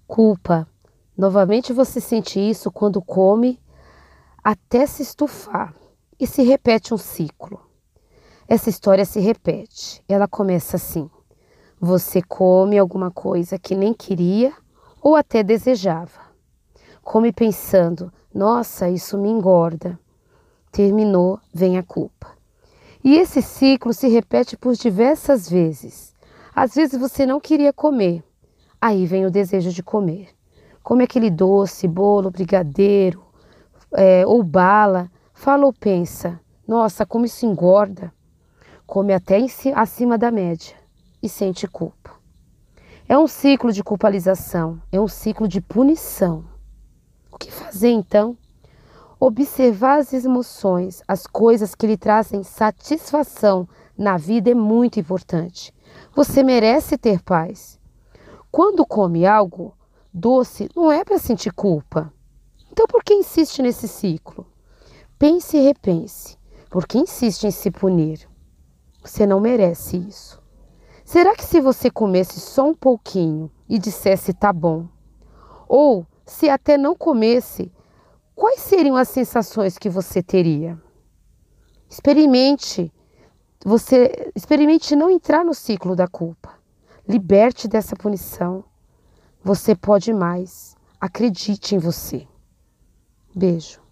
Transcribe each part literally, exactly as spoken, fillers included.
Culpa. Novamente você sente isso quando come até se estufar e se repete um ciclo. Essa história se repete. Ela começa assim: você come alguma coisa que nem queria ou até desejava. Come pensando: nossa, isso me engorda. Terminou, vem a culpa. E esse ciclo se repete por diversas vezes. Às vezes você não queria comer, aí vem o desejo de comer. Come aquele doce, bolo, brigadeiro é, ou bala, fala ou pensa: nossa, como isso engorda. Come até em si, acima da média e sente culpa. É um ciclo de culpabilização, é um ciclo de punição. O que fazer então? Observar as emoções, as coisas que lhe trazem satisfação na vida é muito importante. Você merece ter paz. Quando come algo doce, não é para sentir culpa. Então por que insiste nesse ciclo? Pense e repense. Por que insiste em se punir? Você não merece isso. Será que se você comesse só um pouquinho e dissesse tá bom? Ou se até não comesse, quais seriam as sensações que você teria? Experimente, você experimente não entrar no ciclo da culpa. Liberte dessa punição. Você pode mais. Acredite em você. Beijo.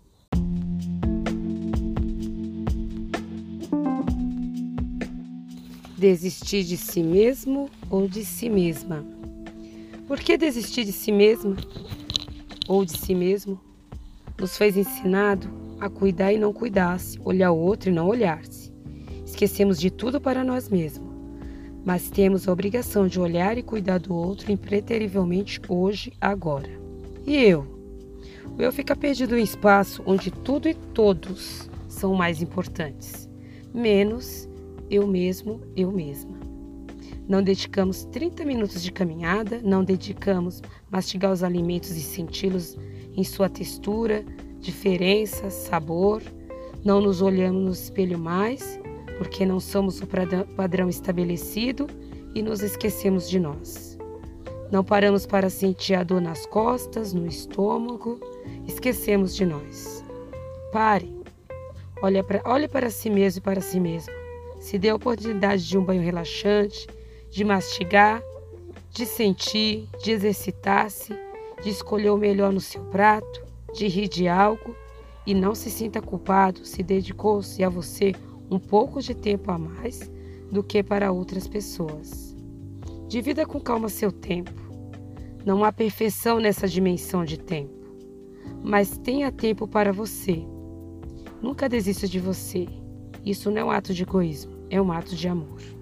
Desistir de si mesmo ou de si mesma? Por que desistir de si mesma ou de si mesmo? Nos foi ensinado a cuidar e não cuidar-se, olhar o outro e não olhar-se. Esquecemos de tudo para nós mesmos, mas temos a obrigação de olhar e cuidar do outro impreterivelmente hoje, agora. E eu? O eu fica perdido em espaço onde tudo e todos são mais importantes, menos eu mesmo, eu mesma. Não dedicamos trinta minutos de caminhada, não dedicamos mastigar os alimentos e senti-los em sua textura, diferença, sabor. Não nos olhamos no espelho mais, porque não somos o padrão estabelecido e nos esquecemos de nós. Não paramos para sentir a dor nas costas, no estômago, esquecemos de nós. Pare, olhe para, olhe para si mesmo e para si mesma. Se dê a oportunidade de um banho relaxante, de mastigar, de sentir, de exercitar-se, de escolher o melhor no seu prato, de rir de algo e não se sinta culpado se dedicou-se a você um pouco de tempo a mais do que para outras pessoas. Divida com calma seu tempo. Não há perfeição nessa dimensão de tempo, mas tenha tempo para você. Nunca desista de você. Isso não é um ato de egoísmo, é um ato de amor.